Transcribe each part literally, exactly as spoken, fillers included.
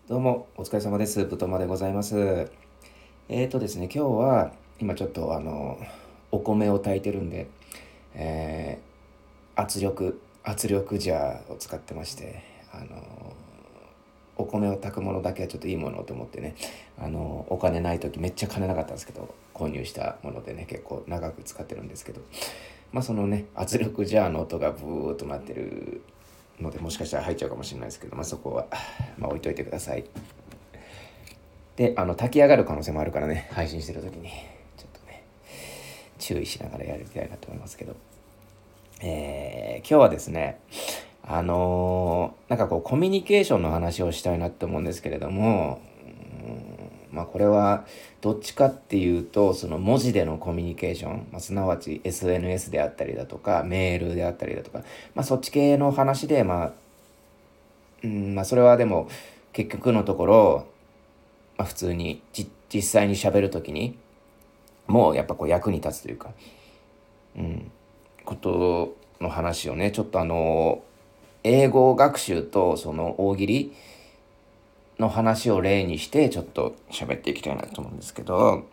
どうもお疲れ様です。ぶとまでございます。えーとですね、今日は今ちょっとあのお米を炊いてるんで、えー圧力圧力ジャーを使ってまして、あのお米を炊くものだけはちょっといいものと思ってね、あのお金ない時めっちゃ金なかったんですけど購入したものでね、結構長く使ってるんですけど、まあそのね圧力ジャーの音がブーっとなってるので、もしかしたら入っちゃうかもしれないですけど、まあそこはまあ置いといてください。で、あの炊き上がる可能性もあるからね、配信してる時にちょっとね注意しながらやりたいなと思いますけど、えー今日はですね、あのーなんかこうコミュニケーションの話をしたいなって思うんですけれども、まあこれはどっちかっていうと、その文字でのコミュニケーション、まあ、すなわち エスエヌエス であったりだとかメールであったりだとか、まあそっち系の話で、まあ、うん、まあそれはでも結局のところ、まあ、普通にじ実際に喋るときにもうやっぱこう役に立つというか、うん、ことの話をね、ちょっとあの英語学習とその大喜利の話を例にしてちょっと喋っていきたいなと思うんですけど、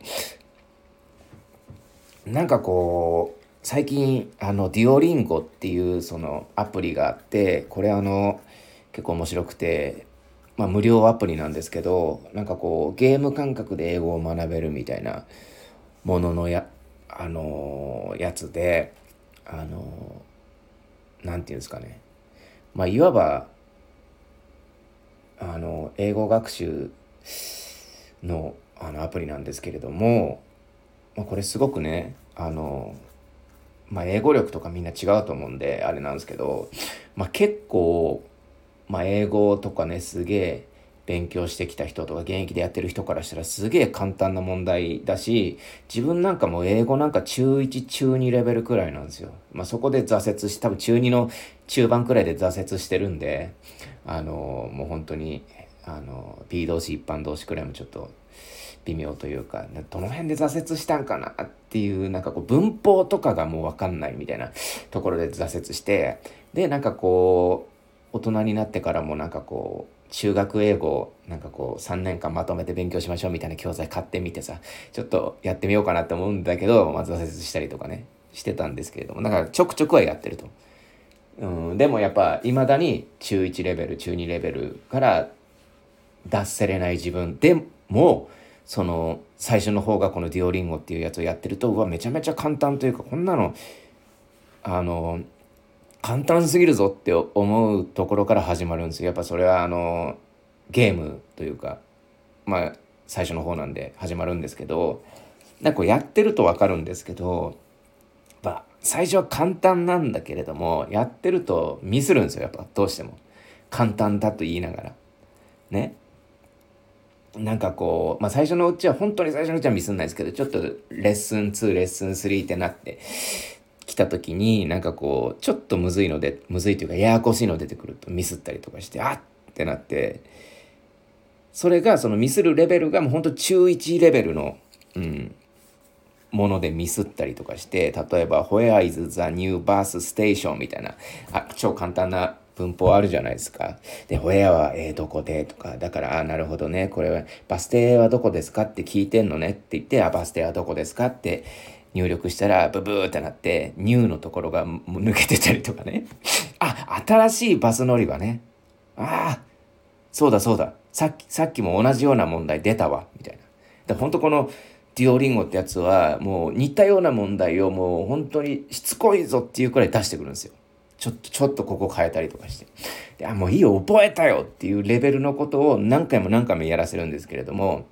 なんかこう最近あのデュオリンゴっていうそのアプリがあって、これあの結構面白くて、まあ無料アプリなんですけど、なんかこうゲーム感覚で英語を学べるみたいなもののやあのーやつで、あのーなんていうんですかね、まあいわばあの英語学習のあのアプリなんですけれども、まあ、これすごくね、あのまあ英語力とかみんな違うと思うんであれなんですけど、まあ結構、まあ英語とかね、すげえ勉強してきた人とか現役でやってる人からしたらすげえ簡単な問題だし、自分なんかも英語なんか中いち中にレベルくらいなんですよ。まあそこで挫折し、多分中にの中盤くらいで挫折してるんで、あのもう本当にあの B 動詞一般動詞くらいもちょっと微妙というか、どの辺で挫折したんかなっていう、なんかこう文法とかがもう分かんないみたいなところで挫折して、でなんかこう大人になってからもなんかこう中学英語をなんかこうさんねんかんまとめて勉強しましょうみたいな教材買ってみてさ、ちょっとやってみようかなって思うんだけど、まあ、挫折したりとかねしてたんですけれども、なんかちょくちょくはやってると。うん、でもやっぱいまだに中いちレベル中にレベルから脱せれない自分でも、その最初の方がこのデュオリンゴっていうやつをやってると、うわめちゃめちゃ簡単というか、こんなのあの簡単すぎるぞって思うところから始まるんですよ。やっぱそれはあのゲームというか、まあ最初の方なんで始まるんですけど、なんかこうやってると分かるんですけど、やっぱ最初は簡単なんだけれども、やってるとミスるんですよ。やっぱどうしても簡単だと言いながらね。なんかこう、まあ最初のうちは本当に最初のうちはミスんないですけど、ちょっとレッスンツーレッスンスリーってなってきた時に、なんかこうちょっとむずいので、むずいというかややこしいの出てくるとミスったりとかして、あっってなって、それがそのミスるレベルがもう本当中いちレベルの、うん、ものでミスったりとかして、例えば Where is the new bus station みたいな、あ、超簡単な文法あるじゃないですか。で、Where は、えー、どこでとか、だから、あ、なるほどね、これはバス停はどこですかって聞いてんのねって言って、あ、バス停はどこですかって入力したら、ブブーってなって、ニューのところが抜けてたりとかね。あ、新しいバス乗り場ね。ああ、そうだそうだ。さっき、さっきも同じような問題出たわ。みたいな。で、本当このデュオリンゴってやつは、もう似たような問題をもう本当にしつこいぞっていうくらい出してくるんですよ。ちょっと、ちょっとここ変えたりとかして。で、あ、もういいよ、覚えたよっていうレベルのことを何回も何回もやらせるんですけれども、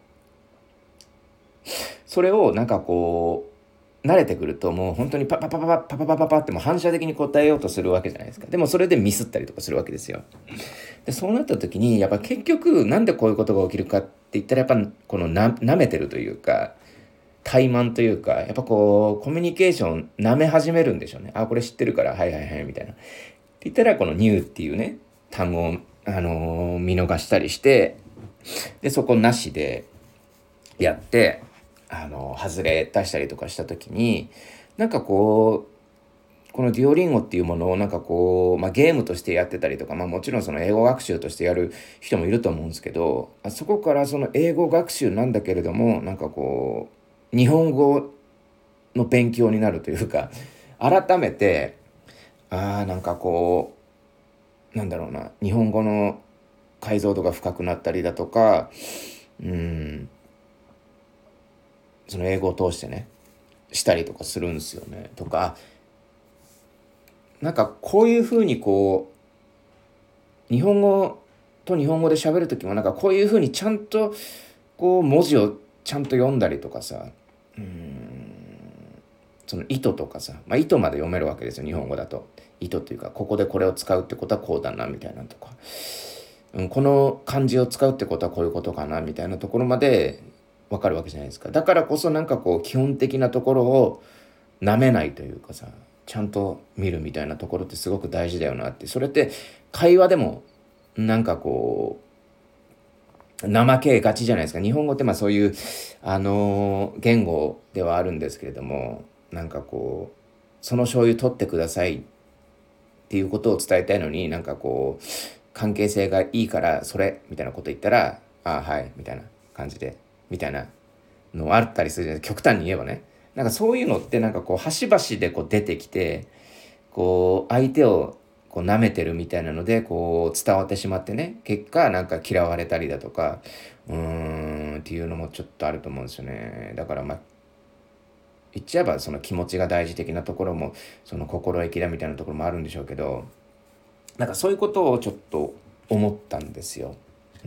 それをなんかこう、慣れてくるともう本当にパパパパパパパパパパってもう反射的に答えようとするわけじゃないですか。でもそれでミスったりとかするわけですよ。でそうなった時にやっぱ結局なんでこういうことが起きるかって言ったら、やっぱこのな舐めてるというか怠慢というか、やっぱこうコミュニケーション舐め始めるんでしょうね。あ、これ知ってるからはいはいはいみたいなって言ったら、このニューっていうね単語を、あのー見逃したりして、でそこなしでやって、あのー外れ出したりとかした時に、なんかこうこのデュオリンゴっていうものをなんかこう、まあ、ゲームとしてやってたりとか、まあ、もちろんその英語学習としてやる人もいると思うんですけど、あそこからその英語学習なんだけれども、なんかこう日本語の勉強になるというか、改めてああなんかこうなんだろうな、日本語の解像度が深くなったりだとか、うんその英語を通してねしたりとかするんですよね。とかなんかこういうふうにこう日本語と日本語で喋る時もなんかこういうふうにちゃんとこう文字をちゃんと読んだりとかさ、うーんその意図とかさ、まあ、意図まで読めるわけですよ日本語だと。意図というかここでこれを使うってことはこうだなみたいなとか、うん、この漢字を使うってことはこういうことかなみたいなところまでわかるわけじゃないですか。だからこそなんかこう基本的なところをなめないというかさ、ちゃんと見るみたいなところってすごく大事だよなって。それって会話でもなんかこう怠けがちじゃないですか。日本語ってまあそういうあのー言語ではあるんですけれども、なんかこうその醤油取ってくださいっていうことを伝えたいのに、なんかこう関係性がいいからそれみたいなこと言ったら、ああはいみたいな感じでみたいなのあったりするじゃないですか。極端に言えばね。なんかそういうのってなんかこう端々でこう出てきて、こう相手をこう舐めてるみたいなのでこう伝わってしまってね、結果なんか嫌われたりだとか、うーんっていうのもちょっとあると思うんですよね。だからまあ言っちゃえばその気持ちが大事的なところも、その心意気だみたいなところもあるんでしょうけど、なんかそういうことをちょっと思ったんですよ。うん。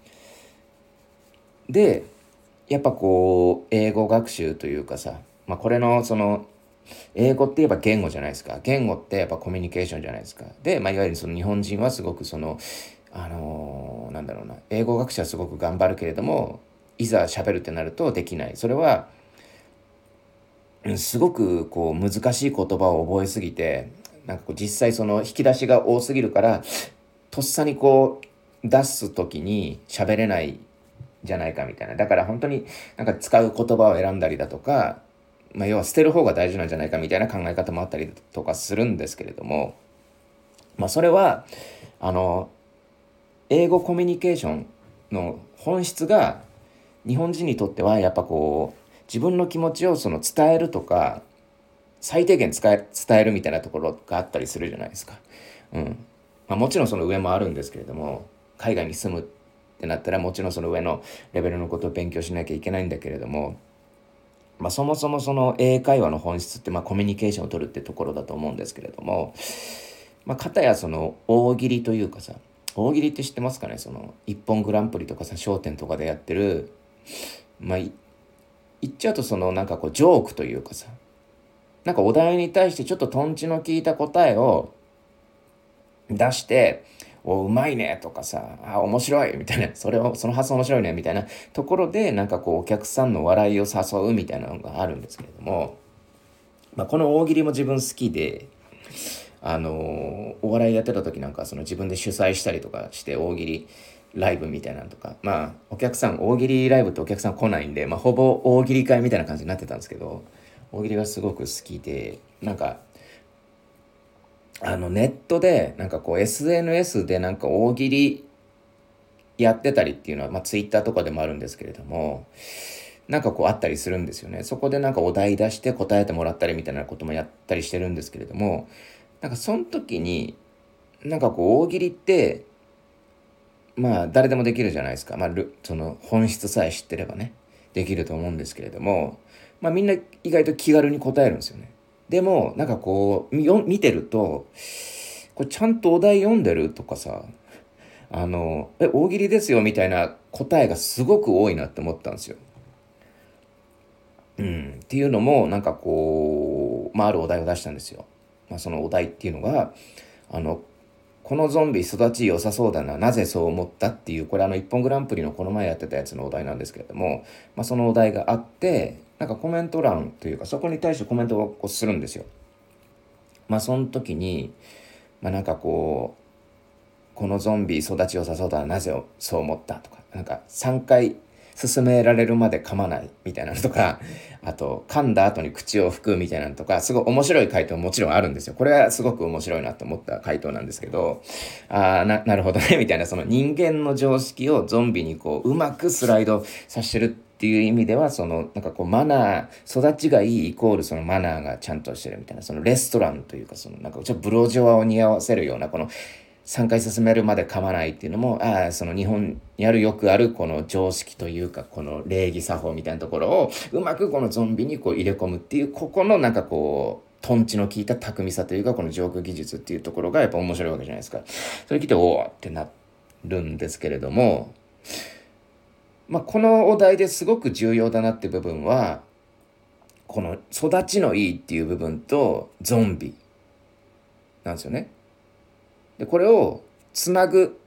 でやっぱこう英語学習というかさ、まあこれのその英語って言えば言語じゃないですか。言語ってやっぱコミュニケーションじゃないですか。で、まあ、いわゆるその日本人はすごくそのあのーなんだろうな、英語学習はすごく頑張るけれども、いざ喋るってなるとできない。それはうんすごくこう難しい言葉を覚えすぎて、なんかこう実際その引き出しが多すぎるから、とっさにこう出す時に喋れないじゃないかみたいな。だから本当になんか使う言葉を選んだりだとか、まあ、要は捨てる方が大事なんじゃないかみたいな考え方もあったりとかするんですけれども、まあ、それはあの英語コミュニケーションの本質が日本人にとってはやっぱこう自分の気持ちをその伝えるとか最低限伝え伝えるみたいなところがあったりするじゃないですか。うんまあ、もちろんその上もあるんですけれども、海外に住むってなったらもちろんその上のレベルのことを勉強しなきゃいけないんだけれども、まあ、そもそもその英会話の本質って、まあ、コミュニケーションを取るってところだと思うんですけれども、まあ、片やその大喜利というかさ、大喜利って知ってますかね。その一本グランプリとかさ、笑点とかでやってる、まあい言っちゃうとそのなんかこうジョークというかさ、なんかお題に対してちょっとトンチの効いた答えを出して、おうまいねとかさ、あ面白いみたいな、それをその発想面白いねみたいなところでなんかこうお客さんの笑いを誘うみたいなのがあるんですけれども、まあ、この大喜利も自分好きで、あのーお笑いやってた時なんかその自分で主催したりとかして大喜利ライブみたいなのとか、まあお客さん大喜利ライブってお客さん来ないんで、まあ、ほぼ大喜利会みたいな感じになってたんですけど、大喜利がすごく好きで、なんかあのネットでなんかこう エスエヌエス でなんか大喜利やってたりっていうのは、まあ、ツイッターとかでもあるんですけれども、なんかこうあったりするんですよね。そこでなんかお題出して答えてもらったりみたいなこともやったりしてるんですけれども、なんかその時になんかこう大喜利ってまあ誰でもできるじゃないですか。まあルその本質さえ知ってればねできると思うんですけれども、まあみんな意外と気軽に答えるんですよね。でもなんかこうよ見てると、これちゃんとお題読んでるとかさ、あのえ大喜利ですよみたいな答えがすごく多いなって思ったんですよ。うん、っていうのもなんかこう、まあ、あるお題を出したんですよ。まあ、そのお題っていうのがあのこのゾンビ育ち良さそうだな、なぜそう思ったっていう、これあの一本グランプリのこの前やってたやつのお題なんですけれども、まあ、そのお題があって、なんかコメント欄というかそこに対してコメントをこうするんですよ。まあその時に、まあ、なんかこうこのゾンビ育ち良さそうだな、なぜそう思ったとか、なんかさんかい進められるまで噛まないみたいなのとか、あと噛んだ後に口を拭くみたいなのとか、すごい面白い回答ももちろんあるんですよ。これはすごく面白いなと思った回答なんですけど、ああ、な、なるほどねみたいな、その人間の常識をゾンビにこううまくスライドさせてるっていう意味では、そのなんかこうマナー、育ちがいいイコールそのマナーがちゃんとしてるみたいな、そのレストランというか、そのなんかちょっとブロジョアを似合わせるような、このさんかい進めるまで噛まないっていうのも、ああ、その日本にあるよくあるこの常識というか、この礼儀作法みたいなところをうまくこのゾンビにこう入れ込むっていう、ここのなんかこうトンチの効いた巧みさというか、このジョーク技術っていうところがやっぱ面白いわけじゃないですか。それ聞いておおってなるんですけれども、まあこのお題ですごく重要だなって部分は、この育ちのいいっていう部分とゾンビなんですよね。でこれをつなぐ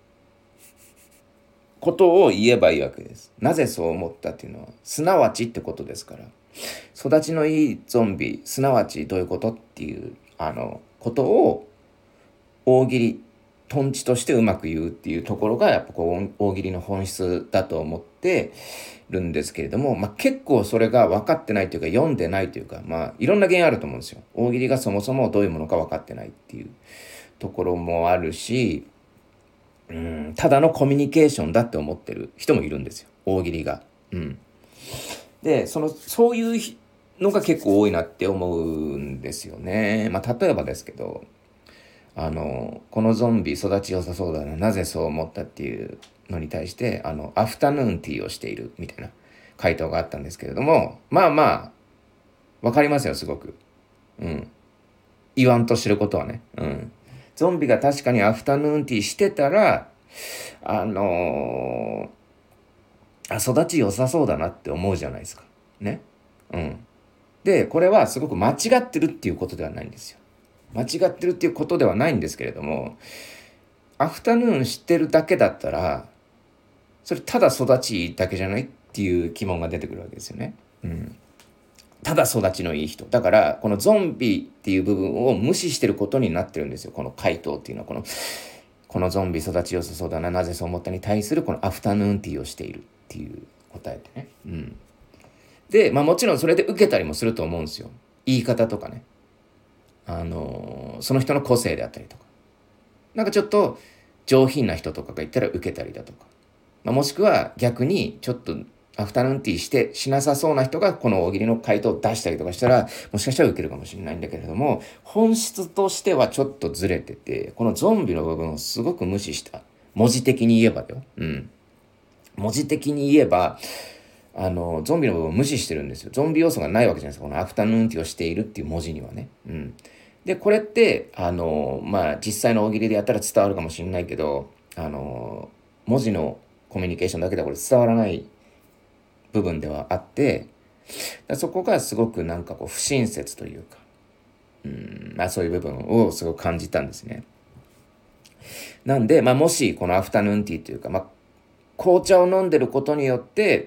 ことを言えばいいわけです。なぜそう思ったっていうのは、すなわちってことですから。育ちのいいゾンビ、すなわちどういうことっていうあのことを大喜利、トンチとしてうまく言うっていうところがやっぱこう大喜利の本質だと思ってるんですけれども、まあ、結構それが分かってないというか、読んでないというか、まあいろんな原因あると思うんですよ。大喜利がそもそもどういうものか分かってないっていうところもあるし、うん、ただのコミュニケーションだって思ってる人もいるんですよ、大喜利が。うん、でそのそういうのが結構多いなって思うんですよね。まあ例えばですけど、あのこのゾンビ育ち良さそうだな、なぜそう思ったっていうのに対して、あのアフタヌーンティーをしているみたいな回答があったんですけれども、まあまあわかりますよ、すごく。うん、言わんとしてることはね。うん、ゾンビが確かにアフタヌーンティーしてたら、あのー、あ、育ち良さそうだなって思うじゃないですか。ね。うん。で、これはすごく間違ってるっていうことではないんですよ。間違ってるっていうことではないんですけれども、アフタヌーンしてるだけだったら、それただ育ちいいだけじゃないっていう疑問が出てくるわけですよね。うん。ただ育ちのいい人。だから、このゾンビっていう部分を無視してることになってるんですよ。この回答っていうのは、この、このゾンビ育ち良さそうだな、なぜそう思ったに対するこのアフタヌーンティーをしているっていう答えでね。うん。で、まあもちろんそれで受けたりもすると思うんですよ。言い方とかね。あのーその人の個性であったりとか。なんかちょっと上品な人とかが言ったら受けたりだとか。まあ、もしくは逆にちょっとアフタヌーンティーしてしなさそうな人がこの大喜利の回答を出したりとかしたら、もしかしたら受けるかもしれないんだけれども、本質としてはちょっとずれてて、このゾンビの部分をすごく無視した。文字的に言えばよ。うん。文字的に言えば、あの、ゾンビの部分を無視してるんですよ。ゾンビ要素がないわけじゃないですか。このアフタヌーンティーをしているっていう文字にはね。うん。で、これって、あの、まあ、実際の大喜利でやったら伝わるかもしれないけど、あの、文字のコミュニケーションだけではこれ伝わらない部分ではあって、そこがすごくなんかこう不親切というか、うん、まあそういう部分をすごく感じたんですね。なんで、まあもしこのアフタヌーンティーというか、まあ紅茶を飲んでることによって、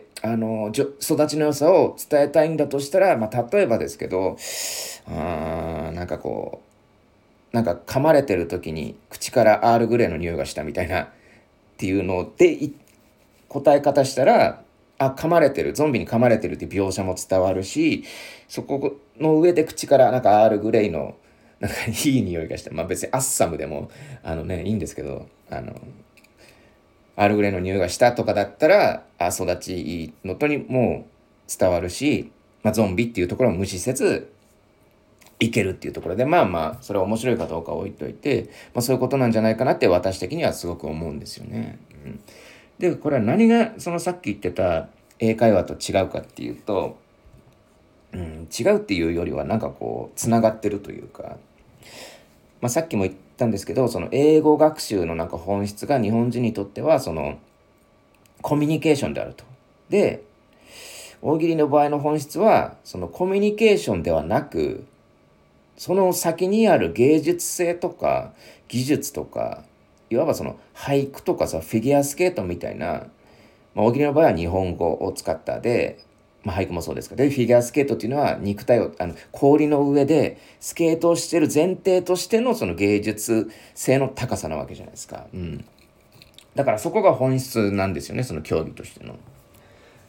あの、じょ育ちの良さを伝えたいんだとしたら、まあ例えばですけど、あーなんかこう、なんか噛まれてる時に口からアールグレイの匂いがしたみたいなっていうので答え方したら、あ、噛まれてる、ゾンビに噛まれてるっていう描写も伝わるし、そこの上で口からなんかアールグレイのなんかいい匂いがして、まあ別にアッサムでもあのねいいんですけど、あのアールグレイの匂いがしたとかだったら、あ、育ちいいのとにもう伝わるし、まあ、ゾンビっていうところを無視せずいけるっていうところで、まあまあそれは面白いかどうか置いといて、まあ、そういうことなんじゃないかなって私的にはすごく思うんですよね。うん、でこれは何がそのさっき言ってた英会話と違うかっていうと、うん、違うっていうよりはなんかこうつながってるというか、まあ、さっきも言ったんですけど、その英語学習のなんか本質が日本人にとってはそのコミュニケーションであると。で、大喜利の場合の本質はそのコミュニケーションではなく、その先にある芸術性とか技術とか、いわばその俳句とかさ、フィギュアスケートみたいな、まあ、大喜利の場合は日本語を使ったで、まあ、俳句もそうですけど、でフィギュアスケートっていうのは肉体をあの氷の上でスケートをしてる前提としてのその芸術性の高さなわけじゃないですか。うん、だからそこが本質なんですよね、その競技としての。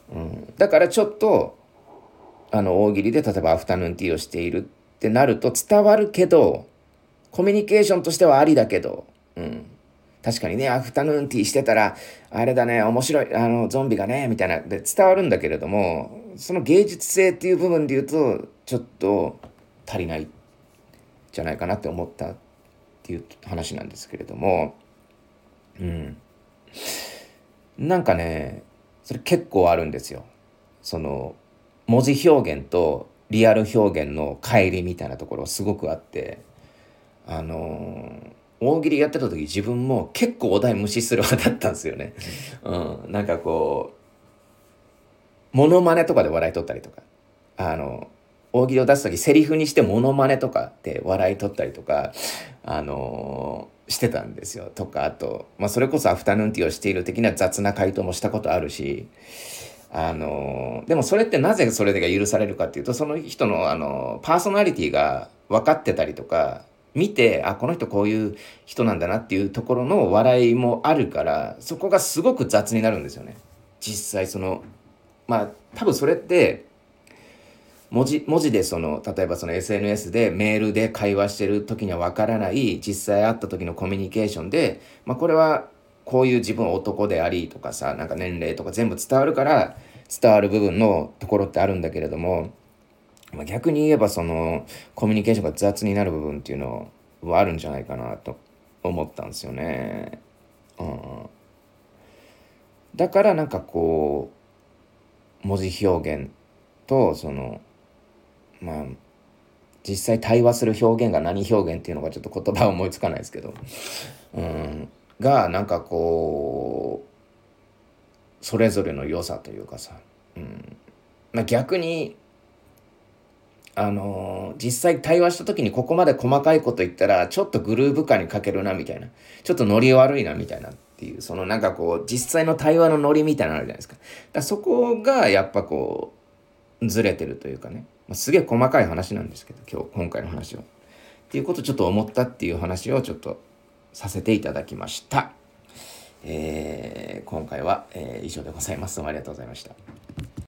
うん、だからちょっとあの大喜利で例えばアフタヌーンティーをしているってなると伝わるけど、コミュニケーションとしてはありだけど、うん、確かにねアフタヌーンティーしてたらあれだね面白いあのゾンビがねみたいなで伝わるんだけれども、その芸術性っていう部分で言うとちょっと足りないじゃないかなって思ったっていう話なんですけれども、うん、なんかねそれ結構あるんですよ。その文字表現とリアル表現の乖離みたいなところすごくあって、あのー大喜利やってた時自分も結構お題無視する派だったんですよね。うん、なんかこうモノマネとかで笑い取ったりとか、あの大喜利を出す時セリフにしてモノマネとかで笑い取ったりとか、あのーしてたんですよ。とかあと、まあ、それこそアフタヌーンティーをしている的な雑な回答もしたことあるし、あのでもそれってなぜそれが許されるかっていうと、その人の、あのパーソナリティが分かってたりとか、見てあこの人こういう人なんだなっていうところの笑いもあるから、そこがすごく雑になるんですよね。実際そのまあ多分それって文字文字でその例えばその エスエヌエス でメールで会話してる時には分からない実際会った時のコミュニケーションで、まあ、これはこういう自分は男でありとかさ、なんか年齢とか全部伝わるから伝わる部分のところってあるんだけれども、まあ、逆に言えばそのコミュニケーションが雑になる部分っていうのはあるんじゃないかなと思ったんですよね。うん、だからなんかこう文字表現とそのまあ実際対話する表現が何表現っていうのがちょっと言葉は思いつかないですけど、うん、がなんかこうそれぞれの良さというかさ、うんまあ、逆にあのー実際対話した時にここまで細かいこと言ったらちょっとグルーヴ感に欠けるなみたいな、ちょっとノリ悪いなみたいなっていう、そのなんかこう実際の対話のノリみたいなのあるじゃないですか。だからそこがやっぱこうずれてるというかね、まあ、すげえ細かい話なんですけど今日今回の話はっていうことをちょっと思ったっていう話をちょっとさせていただきました。えー今回は、えー以上でございます。どうもありがとうございました。